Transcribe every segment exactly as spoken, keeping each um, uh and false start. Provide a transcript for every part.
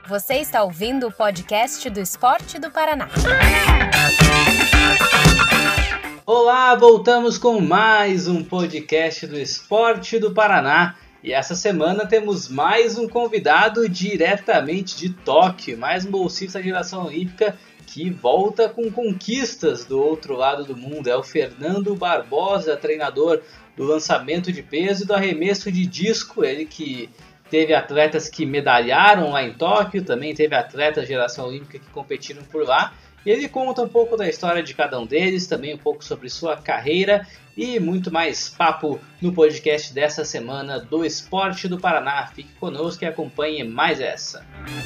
Você está ouvindo o podcast do Esporte do Paraná. Olá, voltamos com mais um podcast do Esporte do Paraná. E essa semana temos mais um convidado diretamente de Tóquio, mais um bolsista da geração olímpica que volta com conquistas do outro lado do mundo. É o Fernando Barbosa, treinador do lançamento de peso e do arremesso de disco. Ele que teve atletas que medalharam lá em Tóquio, também teve atletas da geração olímpica que competiram por lá. E ele conta um pouco da história de cada um deles, também um pouco sobre sua carreira e muito mais papo no podcast dessa semana do Esporte do Paraná. Fique conosco e acompanhe mais essa.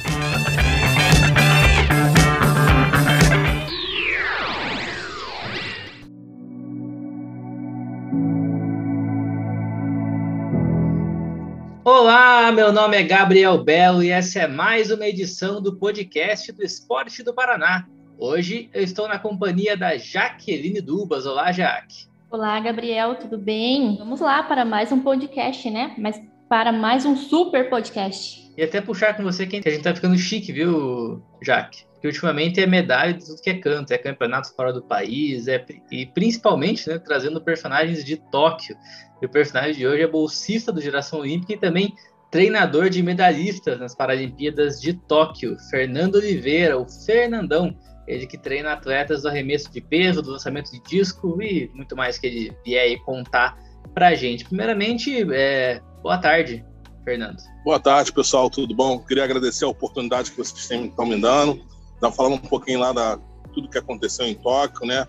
Olá, meu nome é Gabriel Belo e essa é mais uma edição do podcast do Esporte do Paraná. Hoje eu estou na companhia da Jaqueline Dubas. Olá, Jaque. Olá, Gabriel, tudo bem? Vamos lá para mais um podcast, né? Mas para mais um super podcast. E até puxar com você que a gente tá ficando chique, viu, Jaque? Porque ultimamente é medalha de tudo que é canto, é campeonato fora do país, é, e principalmente, né, trazendo personagens de Tóquio. E o personagem de hoje é bolsista do Geração Olímpica e também treinador de medalhistas nas Paralimpíadas de Tóquio, Fernando Oliveira, o Fernandão. Ele que treina atletas do arremesso de peso, do lançamento de disco e muito mais que ele vier aí contar pra gente. Primeiramente, é... boa tarde, Fernando. Boa tarde, pessoal, tudo bom? Queria agradecer a oportunidade que vocês estão me dando. Estava falando um pouquinho lá da tudo que aconteceu em Tóquio, né?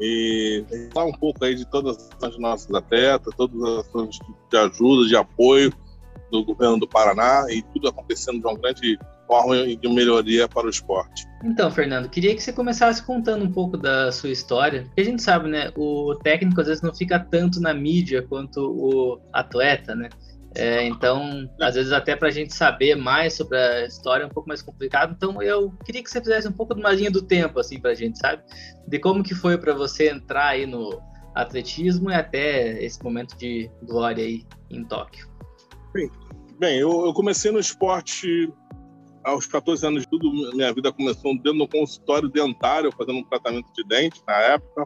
E falar um pouco aí de todas as nossas atletas, todas as ações de ajuda, de apoio do governo do Paraná e tudo acontecendo de uma grande forma e de melhoria para o esporte. Então, Fernando, queria que você começasse contando um pouco da sua história, porque a gente sabe, né, o técnico às vezes não fica tanto na mídia quanto o atleta, né? É, então, às vezes até para a gente saber mais sobre a história é um pouco mais complicado. Então, eu queria que você fizesse um pouco de uma linha do tempo, assim, para a gente, sabe? De como que foi para você entrar aí no atletismo e até esse momento de glória aí em Tóquio. Bem, bem eu, eu comecei no esporte aos catorze anos de tudo. Minha vida começou dentro do consultório dentário, fazendo um tratamento de dente na época,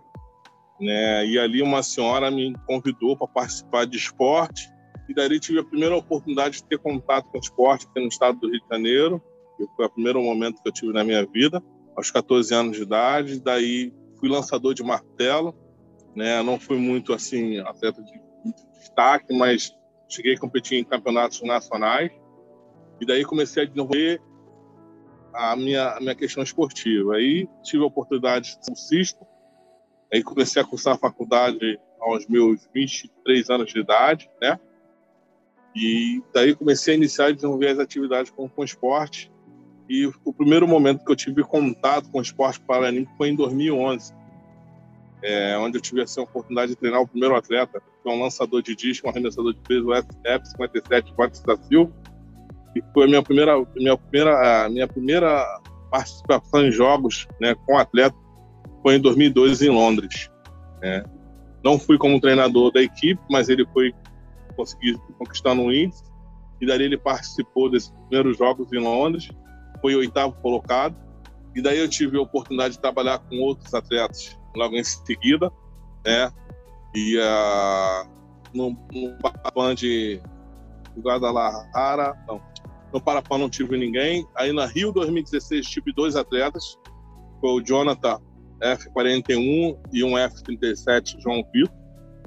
né? E ali uma senhora me convidou para participar de esporte. E daí tive a primeira oportunidade de ter contato com o esporte aqui no estado do Rio de Janeiro, que foi o primeiro momento que eu tive na minha vida, aos catorze anos de idade. Daí fui lançador de martelo, né? Não fui muito assim atleta de muito destaque, mas cheguei a competir em campeonatos nacionais. E daí comecei a desenvolver a minha, a minha questão esportiva. Aí tive a oportunidade de ser bolsista. Aí comecei a cursar a faculdade aos meus vinte e três anos de idade, né? E daí comecei a iniciar e desenvolver as atividades com, com esporte. E o primeiro momento que eu tive contato com o esporte paralímpico foi em dois mil e onze, é, onde eu tive assim, a oportunidade de treinar o primeiro atleta, que é um lançador de disco, um arremessador de peso, o F cinquenta e sete, Watts da Silva. E foi a minha primeira, minha primeira, a minha primeira participação em jogos, né, com atleta, foi em dois mil e doze em Londres. É. Não fui como treinador da equipe, mas ele foi conseguir conquistar no índice, e daí ele participou desses primeiros jogos em Londres, foi o oitavo colocado, e daí eu tive a oportunidade de trabalhar com outros atletas logo em seguida, né, e uh, no, no Parapan de Guadalajara, não, no Parapan não tive ninguém. Aí na Rio dois mil e dezesseis tive dois atletas, foi o Jonathan F quarenta e um e um F trinta e sete João Vitor,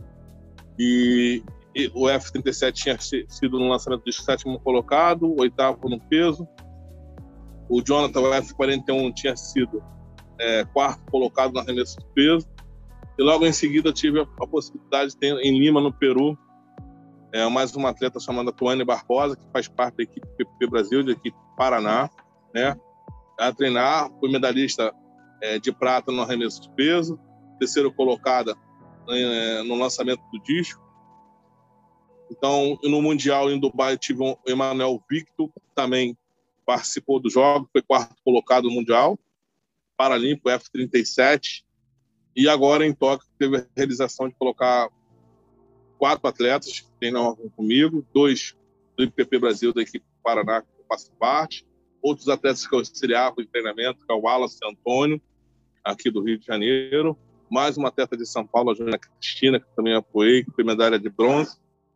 e o F trinta e sete tinha sido no lançamento do sétimo colocado, oitavo no peso. O Jonathan, o F quarenta e um, tinha sido é, quarto colocado no arremesso de peso. E logo em seguida tive a, a possibilidade de ter em Lima, no Peru, é, mais uma atleta chamada Tuane Barbosa, que faz parte da equipe P P Brasil, da equipe Paraná, né? A treinar, foi medalhista é, de prata no arremesso de peso, terceiro colocada é, no lançamento do disco. Então, no Mundial em Dubai, tive o Emanuel Victor, que também participou do jogo, foi quarto colocado no Mundial, Paralímpico F trinta e sete, e agora em Tóquio teve a realização de colocar quatro atletas que treinam comigo, dois do I P P Brasil, da equipe Paraná, que eu faço parte, outros atletas que auxiliavam de treinamento, que é o Wallace Antônio, aqui do Rio de Janeiro, mais uma atleta de São Paulo, a Júlia Cristina, que também apoiei, que foi medalha de bronze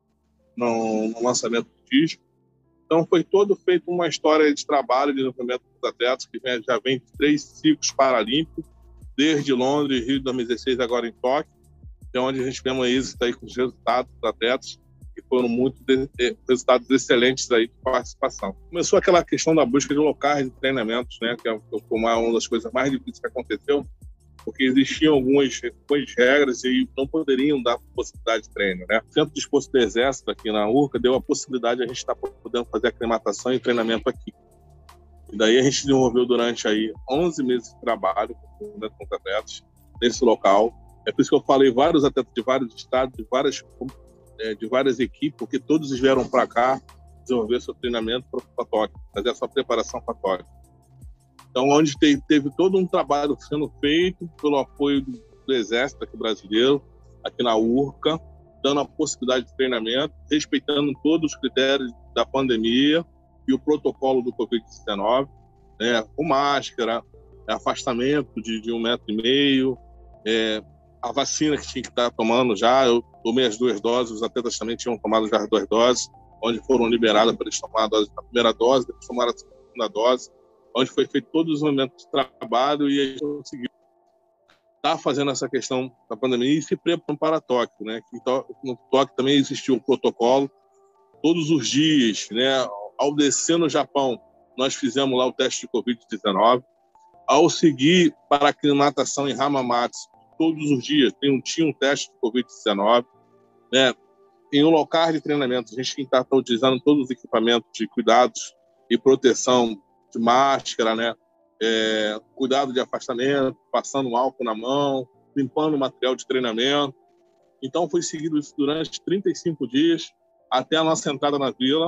no, no lançamento do disco. Então, foi todo feito uma história de trabalho e de desenvolvimento dos atletas, que já vem de três ciclos paralímpicos, desde Londres, Rio de dois mil e dezesseis, agora em Tóquio, é onde a gente vê um êxito aí com os resultados dos atletas, que foram muito de, de, resultados excelentes aí de participação. Começou aquela questão da busca de locais de treinamentos, né, que é uma das coisas mais difíceis que aconteceu, porque existiam algumas, algumas regras e não poderiam dar possibilidade de treino, né? O Centro de Esforço do Exército aqui na U R C A deu a possibilidade de a gente estar podendo fazer aclimatação e treinamento aqui. E daí a gente desenvolveu durante aí onze meses de trabalho com os atletas nesse local. É por isso que eu falei vários atletas de vários estados, de várias, de várias equipes, porque todos vieram para cá desenvolver seu treinamento para Tóquio, fazer a sua preparação para Tóquio. Então, onde teve, teve todo um trabalho sendo feito pelo apoio do, do Exército aqui brasileiro, aqui na U R C A, dando a possibilidade de treinamento, respeitando todos os critérios da pandemia e o protocolo do covid dezenove, né, com máscara, afastamento de, de um metro e meio, é, a vacina que tinha que estar tomando já, eu tomei as duas doses, os atletas também tinham tomado já as duas doses, onde foram liberados para eles tomar a, dose, a primeira dose, depois tomaram a segunda dose, onde foi feito todos os momentos de trabalho e a gente conseguiu estar fazendo essa questão da pandemia e se preparando para Tóquio, né? No Tóquio também existiu um protocolo, todos os dias, né? Ao descer no Japão, nós fizemos lá o teste de covid dezenove, ao seguir para a aclimatação em Hamamatsu, todos os dias tinha um teste de covid dezenove, né? Em um local de treinamento, a gente está utilizando todos os equipamentos de cuidados e proteção de máscara, né? É, cuidado de afastamento, passando álcool na mão, limpando o material de treinamento. Então, foi seguido isso durante trinta e cinco dias, até a nossa entrada na vila,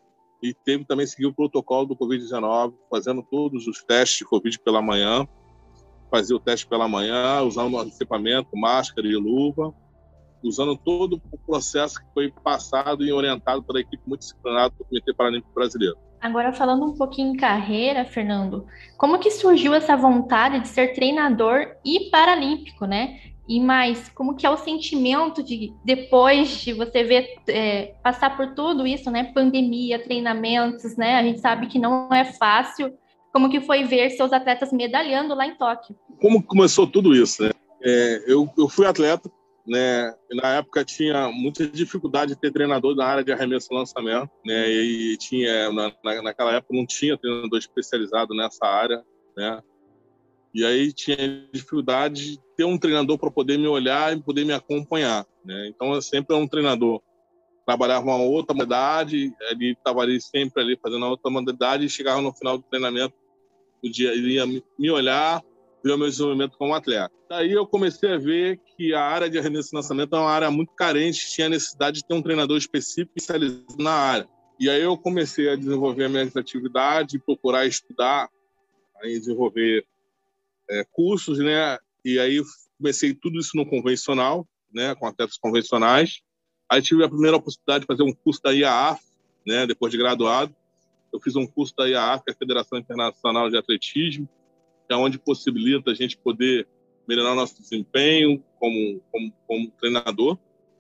e teve também seguir o protocolo do covid dezenove, fazendo todos os testes de Covid pela manhã, fazia o teste pela manhã, usando equipamento, máscara e luva, usando todo o processo que foi passado e orientado pela equipe multidisciplinar do Comitê Paralímpico Brasileiro. Agora, falando um pouquinho em carreira, Fernando, como que surgiu essa vontade de ser treinador e paralímpico, né? E mais, como que é o sentimento de, depois de você ver, é, passar por tudo isso, né? Pandemia, treinamentos, né? A gente sabe que não é fácil. Como que foi ver seus atletas medalhando lá em Tóquio? Como começou tudo isso, né? É, eu, eu fui atleta, né? Na época tinha muita dificuldade de ter treinador na área de arremesso e lançamento, né? E tinha, na, naquela época não tinha treinador especializado nessa área, né? E aí tinha dificuldade de ter um treinador para poder me olhar e poder me acompanhar, né? Então eu sempre era um treinador, trabalhava uma outra modalidade, ele estava ali sempre ali fazendo a outra modalidade e chegava no final do treinamento, o dia ele ia me olhar, ver o meu desenvolvimento como atleta. Daí eu comecei a ver que a área de arremesso e lançamento é uma área muito carente, tinha necessidade de ter um treinador específico especializado na área. E aí eu comecei a desenvolver a minha atividade, procurar estudar, aí desenvolver é, cursos, né? E aí comecei tudo isso no convencional, né? Com atletas convencionais. Aí tive a primeira oportunidade de fazer um curso da I A A F, né? Depois de graduado, eu fiz um curso da I A A F, que é a Federação Internacional de Atletismo, que é onde possibilita a gente poder melhorar o nosso desempenho como, como, como treinador.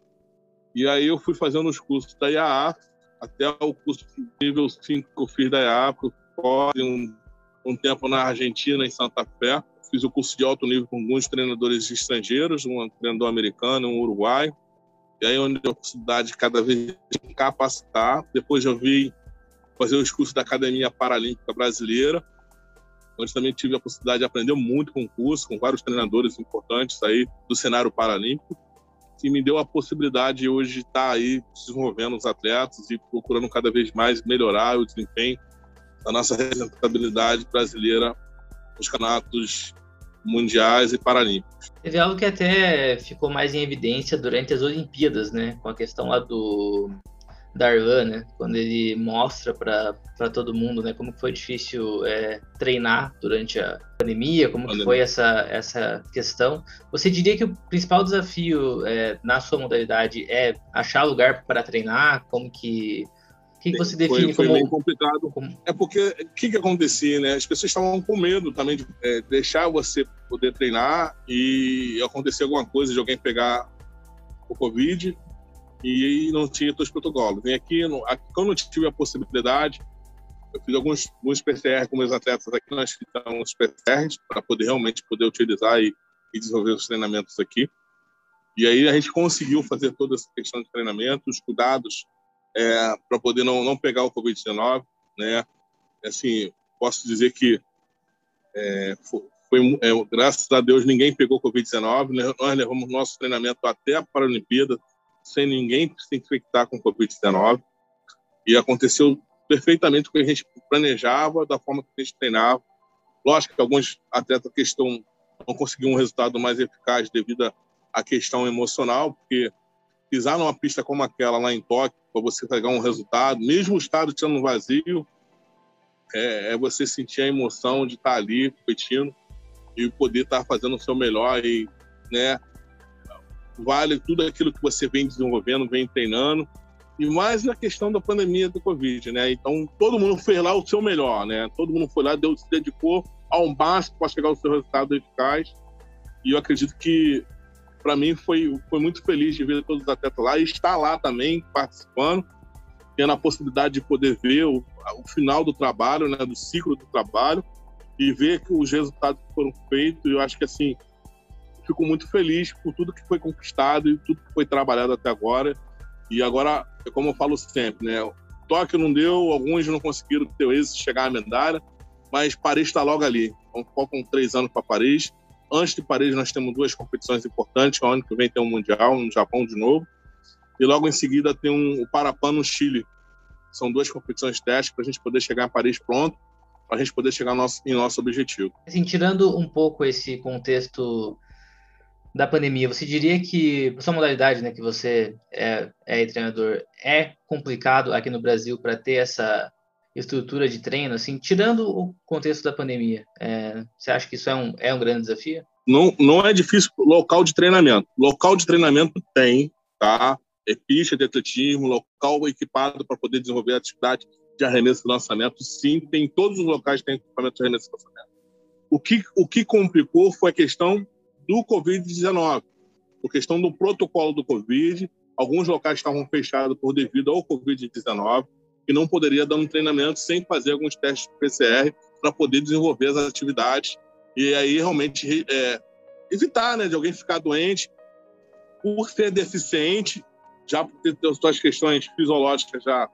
E aí eu fui fazendo os cursos da I A A F, até o curso nível cinco que eu fiz da I A A F, um, um tempo na Argentina, em Santa Fé. Fiz o curso de alto nível com alguns treinadores estrangeiros, um treinador americano, um uruguaio. E aí onde eu tive a possibilidade de cada vez me capacitar. Depois eu vim fazer os cursos da Academia Paralímpica Brasileira, onde também tive a possibilidade de aprender muito com o curso, com vários treinadores importantes aí do cenário paralímpico, que me deu a possibilidade de hoje estar aí desenvolvendo os atletas e procurando cada vez mais melhorar o desempenho da nossa representatividade brasileira nos campeonatos mundiais e paralímpicos. Teve algo que até ficou mais em evidência durante as Olimpíadas, né? Com a questão lá do Darlan, né? Quando ele mostra para todo mundo, né? Como foi difícil é, treinar durante a pandemia, como que foi essa, essa questão. Você diria que o principal desafio é, na sua modalidade é achar lugar para treinar? Como que, que, que você define foi, foi como... meio complicado. como... É porque, o que, que acontecia, né? As pessoas estavam com medo também de é, deixar você poder treinar e acontecer alguma coisa de alguém pegar o Covid e não tinha todos os protocolos. Vem aqui, no, aqui, quando eu tive a possibilidade, eu fiz alguns, alguns P C R com meus atletas aqui, nós fizemos P C Rs para poder realmente poder utilizar e, e desenvolver os treinamentos aqui. E aí a gente conseguiu fazer toda essa questão de treinamento, os cuidados é, para poder não, não pegar o Covid dezenove, né? Assim, posso dizer que é, foi, foi é, graças a Deus ninguém pegou Covid dezenove, né? Nós levamos nosso treinamento até a Paralimpíada sem ninguém se infectar com Covid dezenove e aconteceu perfeitamente o que a gente planejava, da forma que a gente treinava. Lógico que alguns atletas que estão, não conseguiam um resultado mais eficaz devido à questão emocional, porque pisar numa pista como aquela lá em Tóquio, para você pegar um resultado, mesmo o estado estando vazio, é, é você sentir a emoção de estar ali competindo e poder estar fazendo o seu melhor e, né, vale tudo aquilo que você vem desenvolvendo, vem treinando. E mais na questão da pandemia do Covid, né? Então, todo mundo fez lá o seu melhor, né? Todo mundo foi lá, deu, se dedicou ao máximo para chegar ao seu resultado eficaz. E eu acredito que, para mim, foi, foi muito feliz de ver todos os atletas lá e estar lá também, participando, tendo a possibilidade de poder ver o, o final do trabalho, né? Do ciclo do trabalho e ver que os resultados que foram feitos. E eu acho que, assim, fico muito feliz por tudo que foi conquistado e tudo que foi trabalhado até agora. E agora, como eu falo sempre, né? Tóquio não deu, alguns não conseguiram ter o êxito de chegar à medalha, mas Paris está logo ali. Então, faltam três anos para Paris. Antes de Paris, nós temos duas competições importantes. O ano que vem tem um Mundial no Japão de novo. E logo em seguida tem um, o Parapan no Chile. São duas competições testes para a gente poder chegar a Paris pronto, para a gente poder chegar nosso, em nosso objetivo. Assim, tirando um pouco esse contexto da pandemia, você diria que a sua modalidade, né, que você é, é treinador, é complicado aqui no Brasil para ter essa estrutura de treino, assim, tirando o contexto da pandemia, é, você acha que isso é um, é um grande desafio? Não, não é difícil local de treinamento. Local de treinamento tem, tá? É pista de atletismo, local equipado para poder desenvolver a atividade de arremesso e lançamento. Sim, tem todos os locais que tem equipamento de arremesso e lançamento. O que, o que complicou foi a questão do Covid dezenove, por questão do protocolo do Covid. Alguns locais estavam fechados por devido ao Covid dezenove e não poderia dar um treinamento sem fazer alguns testes de P C R para poder desenvolver as atividades e aí realmente é, evitar, né, de alguém ficar doente por ser deficiente, já por ter suas questões fisiológicas já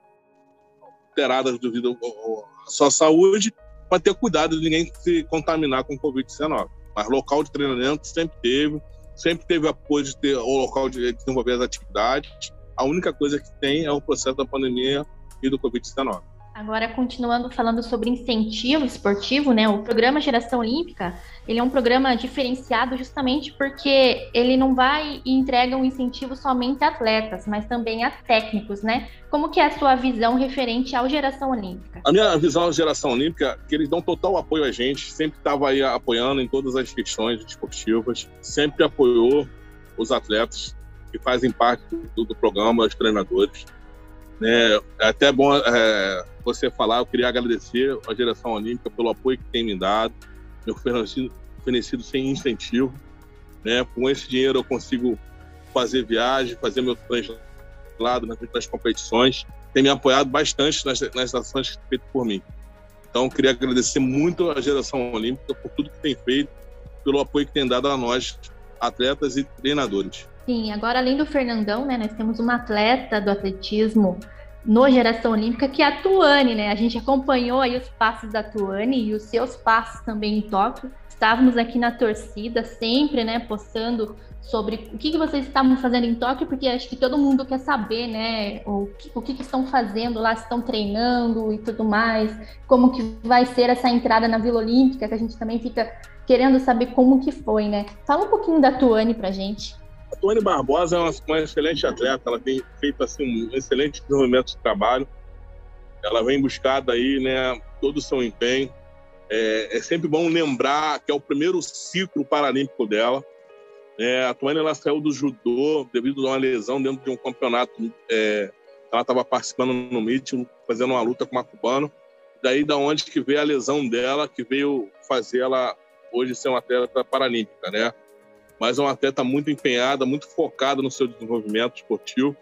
alteradas devido à sua saúde, para ter cuidado de ninguém se contaminar com Covid dezenove. Mas local de treinamento sempre teve, sempre teve apoio de ter o local de desenvolver as atividades. A única coisa que tem é o processo da pandemia e do Covid dezenove. Agora, continuando falando sobre incentivo esportivo, né? O programa Geração Olímpica, ele é um programa diferenciado justamente porque ele não vai e entrega um incentivo somente a atletas, mas também a técnicos, né? Como que é a sua visão referente ao Geração Olímpica? A minha visão da Geração Olímpica é que eles dão total apoio a gente, sempre estava aí apoiando em todas as questões esportivas, sempre apoiou os atletas que fazem parte do, do programa, os treinadores. É, é até bom é, você falar, eu queria agradecer a Geração Olímpica pelo apoio que tem me dado, me oferecido, oferecido sem incentivo, né? Com esse dinheiro eu consigo fazer viagem, fazer meu translado nas, nas competições, tem me apoiado bastante nas, nas ações feitas por mim. Então eu queria agradecer muito a Geração Olímpica por tudo que tem feito, pelo apoio que tem dado a nós, atletas e treinadores. Sim, agora além do Fernandão, né, nós temos uma atleta do atletismo no Geração Olímpica, que é a Tuane, né? A gente acompanhou aí os passos da Tuane e os seus passos também em Tóquio. Estávamos aqui na torcida, sempre, né, postando sobre o que, que vocês estavam fazendo em Tóquio, porque acho que todo mundo quer saber, né, o que, o que, que estão fazendo lá, se estão treinando e tudo mais, como que vai ser essa entrada na Vila Olímpica, que a gente também fica querendo saber como que foi, né? Fala um pouquinho da Tuane pra gente. A Tuane Barbosa é uma, uma excelente atleta, ela tem feito assim, um excelente desenvolvimento de trabalho, ela vem buscada aí, né, todo o seu empenho. É, é sempre bom lembrar que é o primeiro ciclo paralímpico dela. É, a Tuane ela saiu do judô devido a uma lesão dentro de um campeonato é, ela estava participando no meeting, fazendo uma luta com uma cubana. Daí da onde que veio a lesão dela, que veio fazer ela hoje ser uma atleta paralímpica, né? Mas é uma atleta muito empenhada, muito focada no seu desenvolvimento esportivo,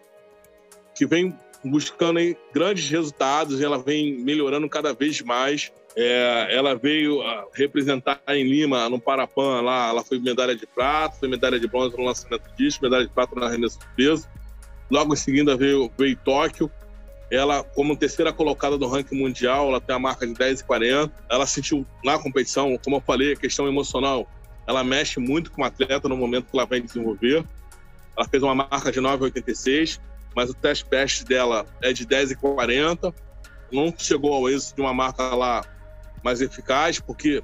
que vem buscando aí grandes resultados, e ela vem melhorando cada vez mais. É, ela veio representar em Lima, no Parapan, lá, ela foi medalha de prata, foi medalha de bronze no lançamento de disco, medalha de prata no arremesso de peso. Logo em seguida veio, veio Tóquio. Ela, como terceira colocada do ranking mundial, ela tem a marca de dez e quarenta. Ela sentiu na competição, como eu falei, a questão emocional, ela mexe muito com o atleta no momento que ela vai desenvolver. Ela fez uma marca de nove e oitenta e seis, mas o teste best dela é de dez e quarenta. Não chegou ao êxito de uma marca lá mais eficaz, porque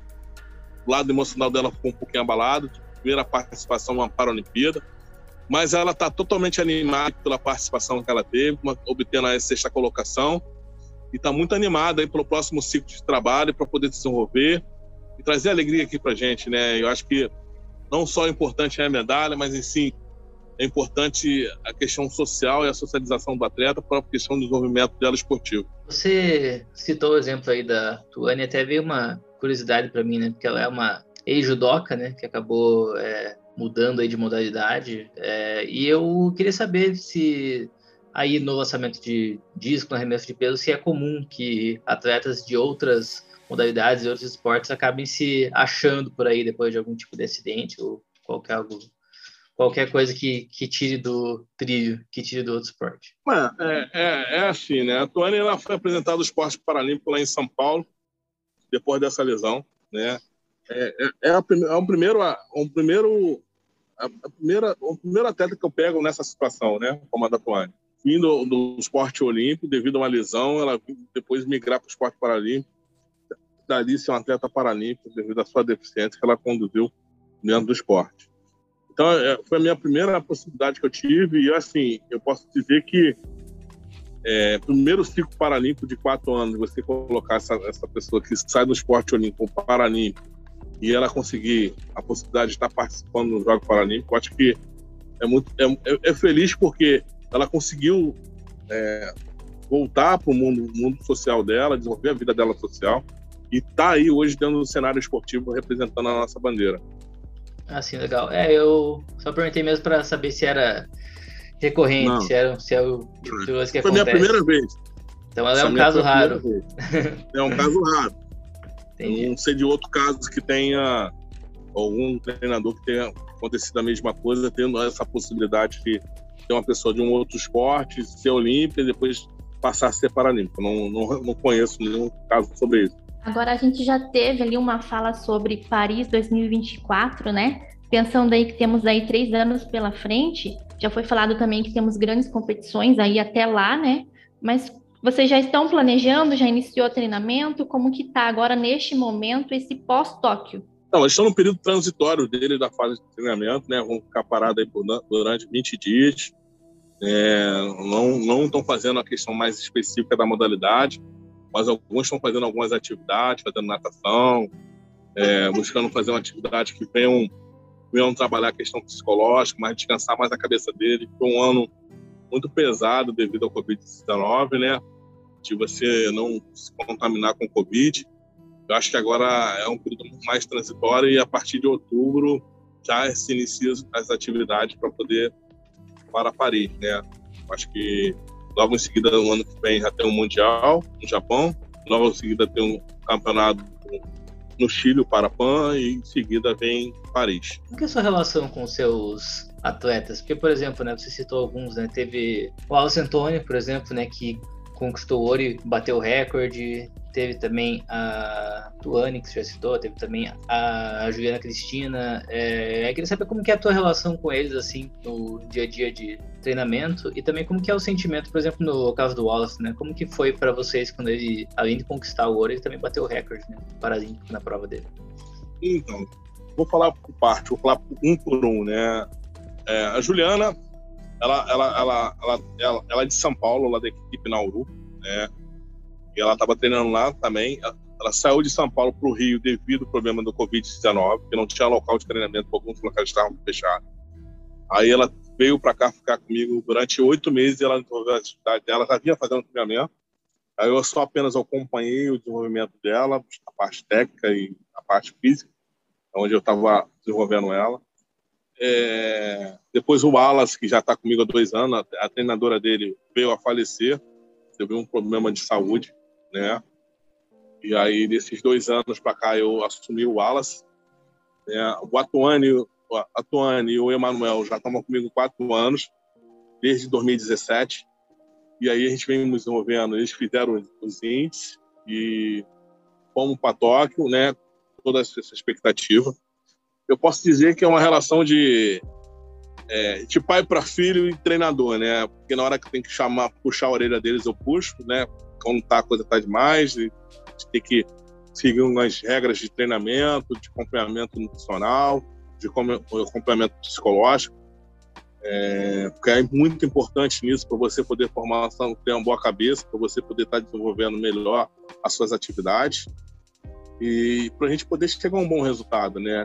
o lado emocional dela ficou um pouquinho abalado, de primeira participação numa Paralimpíada, mas ela está totalmente animada pela participação que ela teve, obtendo a sexta colocação, e está muito animada aí pelo próximo ciclo de trabalho para poder desenvolver e trazer alegria aqui para a gente, né? Eu acho que não só é importante a medalha, mas em si é importante a questão social e a socialização do atleta para a questão do desenvolvimento dela esportivo. Você citou o exemplo aí da Tuane, até veio uma curiosidade para mim, né? Porque ela é uma ex-judoca, né? Que acabou é, mudando aí de modalidade. É, e eu queria saber se aí no lançamento de disco, no arremesso de peso, se é comum que atletas de outras modalidades e outros esportes acabem se achando por aí depois de algum tipo de acidente ou qualquer algo... Qualquer coisa que, que tire do trilho, que tire do outro esporte. É, é, é assim, né? A Tuane, ela foi apresentada ao esporte paralímpico lá em São Paulo, depois dessa lesão, né? É, é, é, a, é um primeiro, um primeiro, a primeira, o primeiro atleta que eu pego nessa situação, né? Como a da Tuane. Vindo do, do esporte olímpico, devido a uma lesão, ela depois migrar para o esporte paralímpico. Dali ser uma atleta paralímpica, devido à sua deficiência que ela conduziu dentro do esporte. Então, foi a minha primeira possibilidade que eu tive, e assim, eu posso dizer que é, primeiro ciclo paralímpico de quatro anos, você colocar essa, essa pessoa que sai do esporte olímpico para o paralímpico e ela conseguir a possibilidade de estar participando dos Jogos Paralímpicos, eu acho que é, muito, é, é feliz porque ela conseguiu é, voltar para o mundo, mundo social dela, desenvolver a vida dela social, e está aí hoje dentro do cenário esportivo representando a nossa bandeira. Ah, sim, legal. É, eu só perguntei mesmo para saber se era recorrente, Não. se era se é o tipo de coisa que Foi acontece. minha primeira vez. Então ela Essa é um caso raro. É um caso raro. Entendi. Eu não sei de outro caso que tenha algum treinador que tenha acontecido a mesma coisa, tendo essa possibilidade de ter uma pessoa de um outro esporte, ser olímpica e depois passar a ser paralímpico. Não, não, não conheço nenhum caso sobre isso. Agora, a gente já teve ali uma fala sobre Paris dois mil e vinte e quatro, né? Pensando aí que temos aí três anos pela frente, já foi falado também que temos grandes competições aí até lá, né? Mas vocês já estão planejando, já iniciou o treinamento? Como que está agora, neste momento, esse pós-Tóquio? Não, eles estão no período transitório dele da fase de treinamento, né? Vão ficar parados aí por, durante vinte dias. É, não, não estão fazendo a questão mais específica da modalidade, mas alguns estão fazendo algumas atividades, fazendo natação, é, buscando fazer uma atividade que venham, venham trabalhar a questão psicológica, mas descansar mais a cabeça dele. Foi um ano muito pesado devido ao covid dezenove, né? De você não se contaminar com o Covid. Eu acho que agora é um período mais transitório e a partir de outubro já se iniciam as atividades para poder para Paris, né? Eu acho que logo em seguida, no ano que vem, já tem um Mundial no Japão. Logo em seguida, tem um campeonato no Chile, o Parapan, e em seguida vem Paris. Qual que é a sua relação com os seus atletas? Porque, por exemplo, né, você citou alguns, né? Teve o Alce Antônio, por exemplo, né, que conquistou ouro e bateu o recorde. Teve também a Tuane, que você já citou. Teve também a Juliana Cristina. É, eu queria saber como que é a tua relação com eles, assim, no dia a dia de treinamento, e também como que é o sentimento, por exemplo, no caso do Wallace, né? Como que foi para vocês quando ele, além de conquistar o ouro, ele também bateu o recorde, né, paralímpico na prova dele? Então, vou falar por parte, vou falar um por um, né? É, a Juliana, ela, ela, ela, ela, ela, ela é de São Paulo, lá da equipe Nauru, né? E ela estava treinando lá também. Ela saiu de São Paulo para o Rio devido ao problema do covid dezenove, que não tinha local de treinamento, alguns locais estavam fechados. Aí ela veio para cá ficar comigo durante oito meses. Ela desenvolveu a atividade dela, já vinha fazendo treinamento. Aí eu só apenas acompanhei o desenvolvimento dela, a parte técnica e a parte física, onde eu estava desenvolvendo ela. É... Depois o Wallace, que já está comigo há dois anos, a treinadora dele veio a falecer, teve um problema de saúde, né? E aí, desses dois anos para cá, eu assumi o Wallace. Né? O Atuane, o Atuane e o Emanuel já estão comigo há quatro anos, desde dois mil e dezessete. E aí a gente vem nos desenvolvendo, eles fizeram os índices e fomos para Tóquio, né? Toda essa expectativa. Eu posso dizer que é uma relação de, é, de pai para filho e treinador, né? Porque na hora que tem que chamar, puxar a orelha deles, eu puxo, né? Quando tá, a coisa tá demais, e a gente tem que seguir umas regras de treinamento, de acompanhamento nutricional, de acompanhamento psicológico. É, porque é muito importante nisso para você poder formar, ter uma boa cabeça, para você poder estar desenvolvendo melhor as suas atividades e para a gente poder chegar a um bom resultado, né?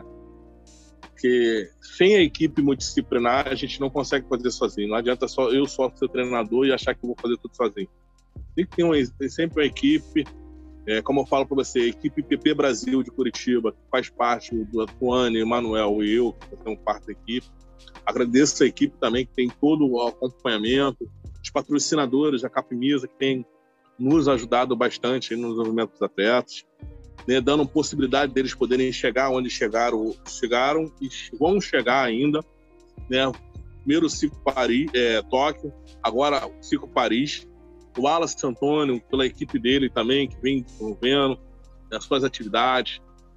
Porque sem a equipe multidisciplinar a gente não consegue fazer sozinho. Não adianta só eu só ser treinador e achar que eu vou fazer tudo sozinho. Tem que ter uma, tem sempre uma equipe, é, como eu falo para você, a equipe P P Brasil de Curitiba, que faz parte do Atuane, Emanuel e eu, que fazemos parte da equipe. Agradeço a equipe também, que tem todo o acompanhamento, os patrocinadores da Capimisa, que tem nos ajudado bastante no desenvolvimento dos atletas, né, dando possibilidade deles poderem chegar onde chegaram, chegaram e vão chegar ainda. Né? Primeiro o Ciclo Paris, é, Tóquio, agora o Ciclo Paris. O Wallace Antônio, pela equipe dele também, que vem desenvolvendo as suas atividades.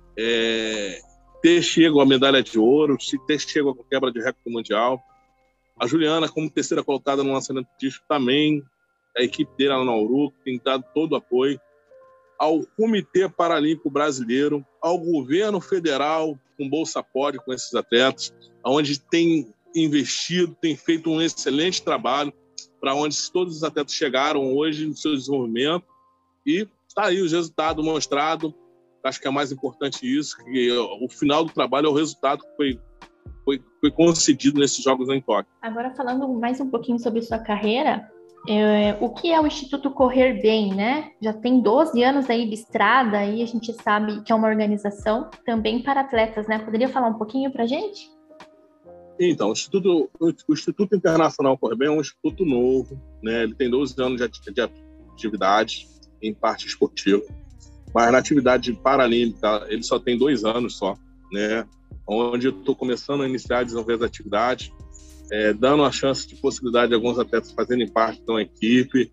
É, ter chego a medalha de ouro, ter chego a quebra de recorde mundial. A Juliana, como terceira colocada no lançamento artístico, também, a equipe dele lá na Nauru, tem dado todo o apoio. Ao Comitê Paralímpico Brasileiro, ao governo federal, com Bolsa Pod, com esses atletas, onde tem investido, tem feito um excelente trabalho, para onde todos os atletas chegaram hoje no seu desenvolvimento. E está aí os resultados mostrados. Acho que é mais importante isso, que o final do trabalho é o resultado que foi, foi, foi concedido nesses Jogos em Tóquio. Agora, falando mais um pouquinho sobre sua carreira, é, o que é o Instituto Correr Bem, né? Já tem doze anos aí de estrada, e a gente sabe que é uma organização também para atletas, né? Poderia falar um pouquinho para a gente? Então, o Instituto, o Instituto Internacional Correr Bem é um instituto novo, né? Ele tem doze anos de, de atividade em parte esportiva. Mas na atividade paralímpica, ele só tem dois anos só, né? Onde eu estou começando a iniciar a desenvolver as atividades, é, dando a chance de possibilidade de alguns atletas fazerem parte de uma equipe,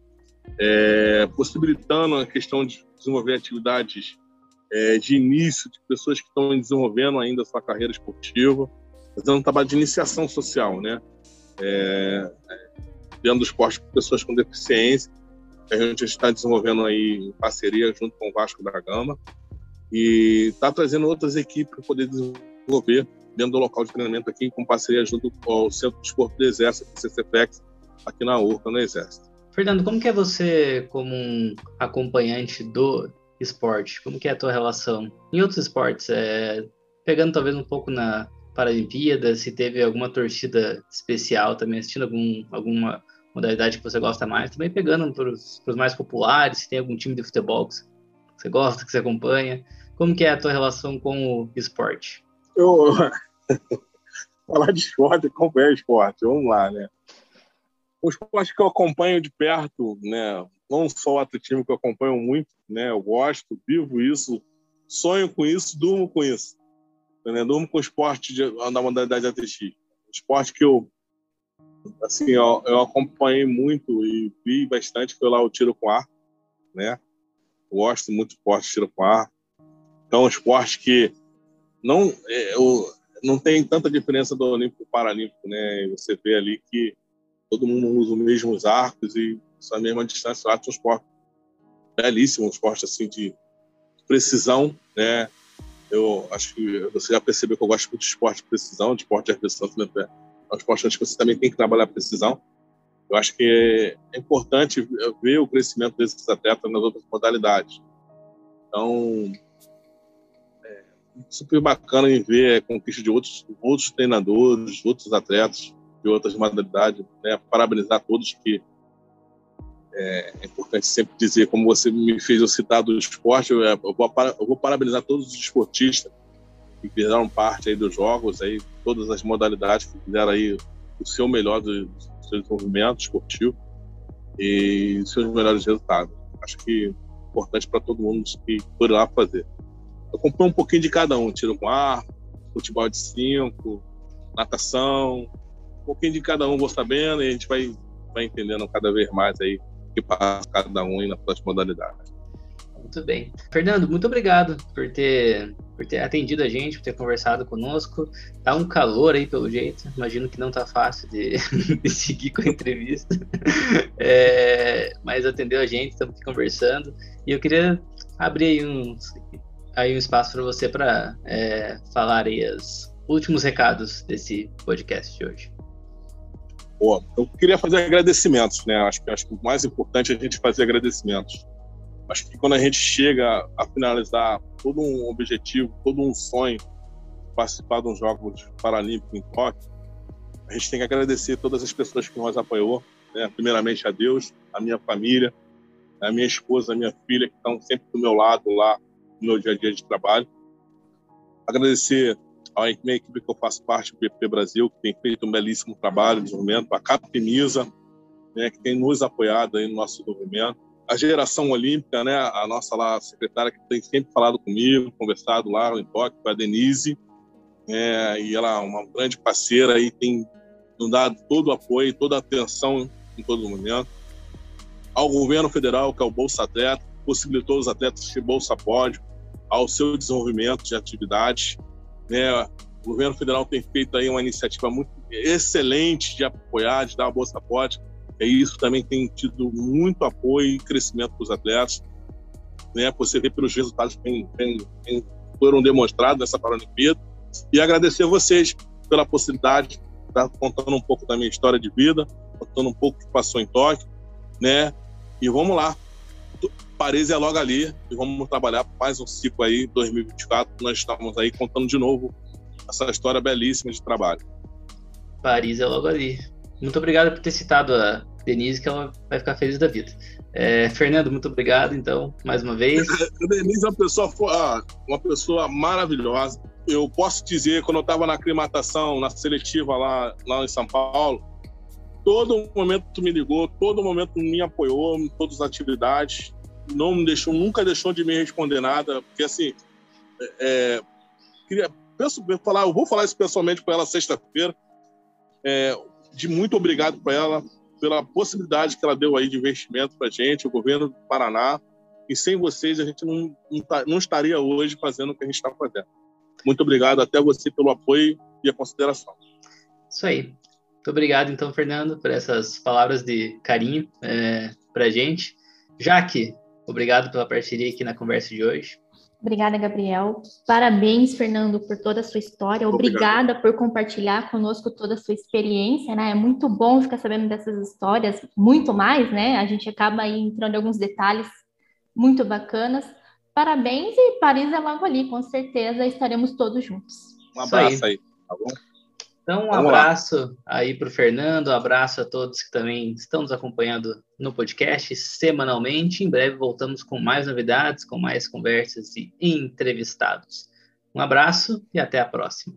é, possibilitando a questão de desenvolver atividades é, de início, de pessoas que estão desenvolvendo ainda a sua carreira esportiva, fazendo um trabalho de iniciação social, né? É, dentro do esporte para pessoas com deficiência. A gente está desenvolvendo aí em parceria junto com o Vasco da Gama e está trazendo outras equipes para poder desenvolver dentro do local de treinamento aqui, com parceria junto com o Centro de Esporte do Exército, o C C P E X, aqui na U R C A, no Exército. Fernando, como que é você como um acompanhante do esporte? Como que é a tua relação em outros esportes? É, pegando talvez um pouco na Paralimpíada, se teve alguma torcida especial também, assistindo algum, alguma modalidade que você gosta mais, também pegando para os mais populares, se tem algum time de futebol que você gosta, que você acompanha. Como que é a tua relação com o esporte? Eu... Falar de esporte, acompanhar esporte, vamos lá, né? O esporte que eu acompanho de perto, né? Não só o atletismo, que eu acompanho muito, né? Eu gosto, vivo isso, sonho com isso, durmo com isso. Né? Durmo com o esporte de, da modalidade de atletismo. O esporte que eu assim, eu, eu acompanhei muito e vi bastante, foi lá o tiro com arco, né? Eu gosto muito do esporte de tiro com arco. Então, é um esporte que não, é, eu, não tem tanta diferença do Olímpico e Paralímpico, né? Você vê ali que todo mundo usa os mesmos arcos e a mesma distância. Eu acho um esporte belíssimo, um esporte assim, de precisão, né? Eu acho que você já percebeu que eu gosto muito de esporte de precisão, de esporte de agressão também. É um esporte onde você também tem que trabalhar a precisão. Eu acho que é importante ver o crescimento desses atletas nas outras modalidades. Então, é super bacana em ver a conquista de outros, outros treinadores, outros atletas. de outras modalidades, né? Parabenizar todos que é, é importante sempre dizer, como você me fez eu citar do esporte, eu, eu, vou, eu vou parabenizar todos os esportistas que fizeram parte aí dos jogos, aí, todas as modalidades que fizeram aí o seu melhor do, do seu desenvolvimento esportivo e seus melhores resultados. Acho que é importante para todo mundo que for lá fazer. Eu comprei um pouquinho de cada um, tiro com ar, futebol de cinco, natação, um pouquinho de cada um vou sabendo e a gente vai, vai entendendo cada vez mais aí o que passa cada um aí nas suas modalidades. Muito bem. Fernando, muito obrigado por ter, por ter atendido a gente, por ter conversado conosco. Tá um calor aí, pelo jeito. Imagino que não tá fácil de, de seguir com a entrevista. É, mas atendeu a gente, estamos aqui conversando. E eu queria abrir aí um, aí um espaço para você para é, falar aí os últimos recados desse podcast de hoje. Pô, eu queria fazer agradecimentos, né? Acho que, acho que o mais importante é a gente fazer agradecimentos. Acho que quando a gente chega a finalizar todo um objetivo, todo um sonho, participar de uns Jogos Paralímpicos em Tóquio, a gente tem que agradecer todas as pessoas que nos apoiou, né? Primeiramente a Deus, a minha família, a minha esposa, a minha filha, que estão sempre do meu lado lá no meu dia a dia de trabalho. Agradecer à minha equipe que eu faço parte, o P P Brasil, que tem feito um belíssimo trabalho de desenvolvimento, a Capimisa, né, que tem nos apoiado aí no nosso desenvolvimento. A geração olímpica, né, a nossa lá secretária que tem sempre falado comigo, conversado lá em Tóquio, com a Denise, é, e ela é uma grande parceira e tem nos dado todo o apoio, toda a atenção em todo momento. Ao governo federal, que é o Bolsa Atleta, possibilitou os atletas de Bolsa Pódio, ao seu desenvolvimento de atividades, né? O governo federal tem feito aí uma iniciativa muito excelente de apoiar, de dar a Bolsa Pódio. E isso também tem tido muito apoio e crescimento para os atletas, né? Você vê pelos resultados que tem, tem, tem, foram demonstrados nessa Paralimpíada. E agradecer a vocês pela possibilidade de estar contando um pouco da minha história de vida, contando um pouco o que passou em Tóquio, né? E vamos lá. Paris é logo ali e vamos trabalhar mais um ciclo aí, dois mil e vinte e quatro. Nós estamos aí contando de novo essa história belíssima de trabalho. Paris é logo ali. Muito obrigado por ter citado a Denise, que ela vai ficar feliz da vida. É, Fernando, muito obrigado, então, mais uma vez. A Denise é uma pessoa, uma pessoa maravilhosa. Eu posso dizer, quando eu estava na aclimatação, na seletiva lá, lá em São Paulo, todo momento me ligou, todo momento me apoiou em todas as atividades, não me deixou, nunca deixou de me responder nada, porque assim, é, queria, penso, falar, eu vou falar isso pessoalmente com ela sexta-feira, é, de muito obrigado para ela, pela possibilidade que ela deu aí de investimento para a gente, o governo do Paraná, e sem vocês a gente não, não, não estaria hoje fazendo o que a gente está fazendo. Muito obrigado até você pelo apoio e a consideração. Isso aí. Muito obrigado, então, Fernando, por essas palavras de carinho é, para a gente. Jaque, obrigado pela parceria aqui na conversa de hoje. Obrigada, Gabriel. Parabéns, Fernando, por toda a sua história. Obrigada Obrigado. por compartilhar conosco toda a sua experiência, né? É muito bom ficar sabendo dessas histórias, muito mais, né? A gente acaba aí entrando em alguns detalhes muito bacanas. Parabéns e Paris é logo ali, com certeza estaremos todos juntos. Um abraço aí, aí tá bom? Então, um Vamos abraço lá. aí para o Fernando, um abraço a todos que também estão nos acompanhando no podcast semanalmente. Em breve voltamos com mais novidades, com mais conversas e entrevistados. Um abraço e até a próxima.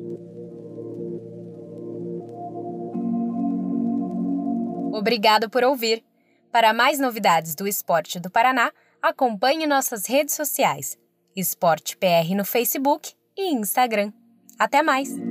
Obrigado por ouvir. Para mais novidades do Esporte do Paraná, acompanhe nossas redes sociais. Esporte P R no Facebook e Instagram. Até mais!